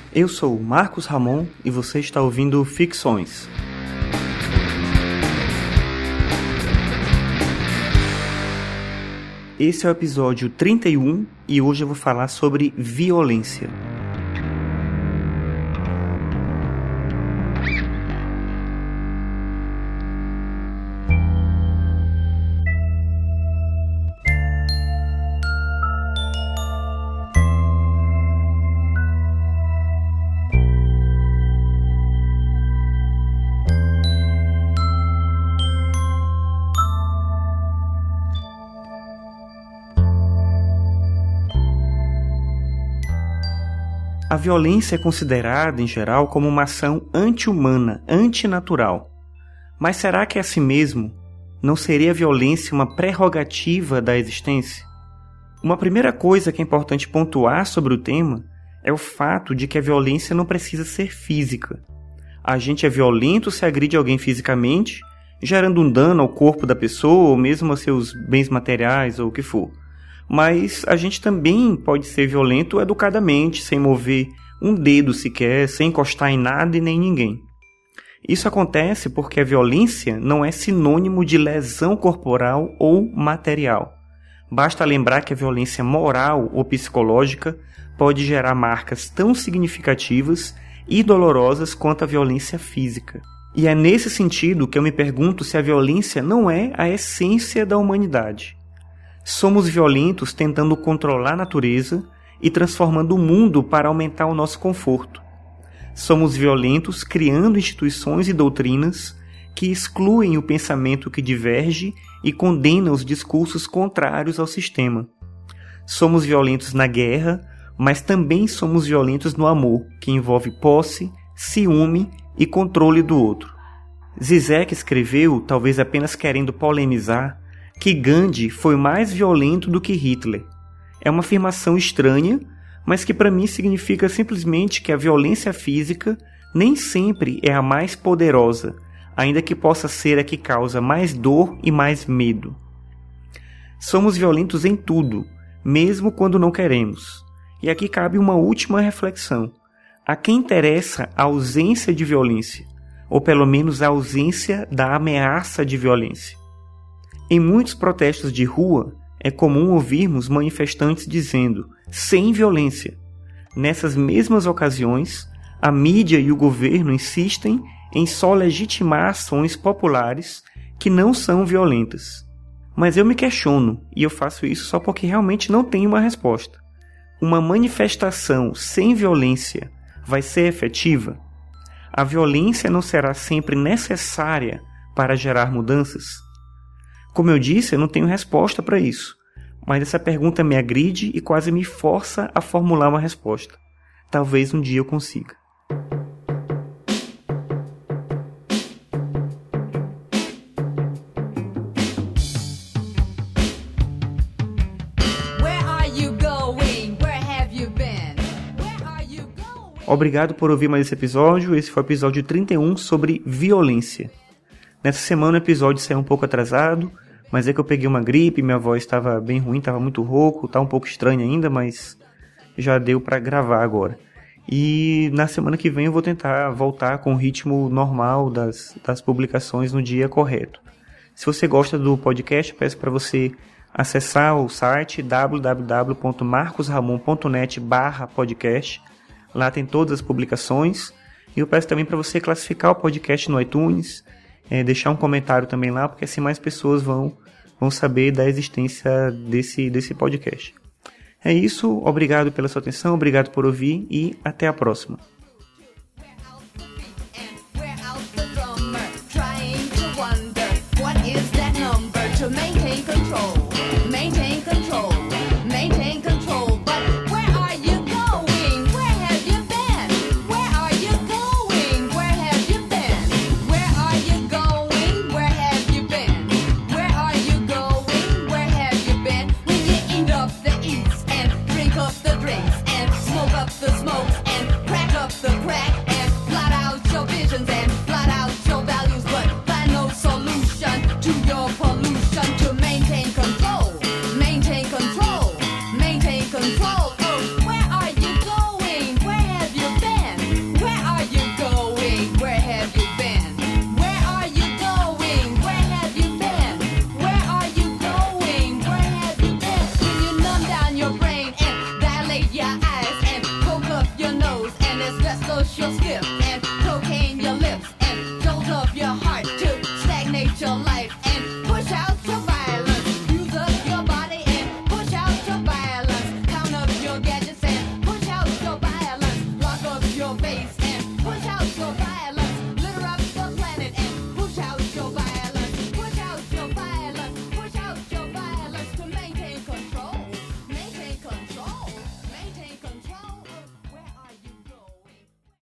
Eu sou Marcos Ramon e você está ouvindo Ficções. Esse é o episódio 31 e hoje eu vou falar sobre violência. A violência é considerada, em geral, como uma ação anti-humana, antinatural. Mas será que é assim mesmo? Não seria a violência uma prerrogativa da existência? Uma primeira coisa que é importante pontuar sobre o tema é o fato de que a violência não precisa ser física. A gente é violento se agride alguém fisicamente, gerando um dano ao corpo da pessoa ou mesmo aos seus bens materiais ou o que for. Mas a gente também pode ser violento educadamente, sem mover um dedo sequer, sem encostar em nada e nem ninguém. Isso acontece porque a violência não é sinônimo de lesão corporal ou material. Basta lembrar que a violência moral ou psicológica pode gerar marcas tão significativas e dolorosas quanto a violência física. E é nesse sentido que eu me pergunto se a violência não é a essência da humanidade. Somos violentos tentando controlar a natureza e transformando o mundo para aumentar o nosso conforto. Somos violentos criando instituições e doutrinas que excluem o pensamento que diverge e condenam os discursos contrários ao sistema. Somos violentos na guerra, mas também somos violentos no amor, que envolve posse, ciúme e controle do outro. Zizek escreveu, talvez apenas querendo polemizar, que Gandhi foi mais violento do que Hitler. É uma afirmação estranha, mas que para mim significa simplesmente que a violência física nem sempre é a mais poderosa, ainda que possa ser a que causa mais dor e mais medo. Somos violentos em tudo, mesmo quando não queremos. E aqui cabe uma última reflexão. A quem interessa a ausência de violência, ou pelo menos a ausência da ameaça de violência? Em muitos protestos de rua, é comum ouvirmos manifestantes dizendo "sem violência". Nessas mesmas ocasiões, a mídia e o governo insistem em só legitimar ações populares que não são violentas. Mas eu me questiono, e eu faço isso só porque realmente não tenho uma resposta. Uma manifestação sem violência vai ser efetiva? A violência não será sempre necessária para gerar mudanças? Como eu disse, eu não tenho resposta para isso, mas essa pergunta me agride e quase me força a formular uma resposta. Talvez um dia eu consiga. Obrigado por ouvir mais esse episódio. Esse foi o episódio 31 sobre violência. Nessa semana o episódio saiu um pouco atrasado, mas é que eu peguei uma gripe, minha voz estava bem ruim, estava muito rouco, está um pouco estranho ainda, mas já deu para gravar agora. E na semana que vem eu vou tentar voltar com o ritmo normal das publicações no dia correto. Se você gosta do podcast, peço para você acessar o site www.marcosramon.net/podcast. Lá tem todas as publicações. E eu peço também para você classificar o podcast no iTunes, deixar um comentário também lá, porque assim mais pessoas vão saber da existência desse podcast. É isso, obrigado pela sua atenção, obrigado por ouvir e até a próxima. The drinks and smoke up the smoke and crack up your life.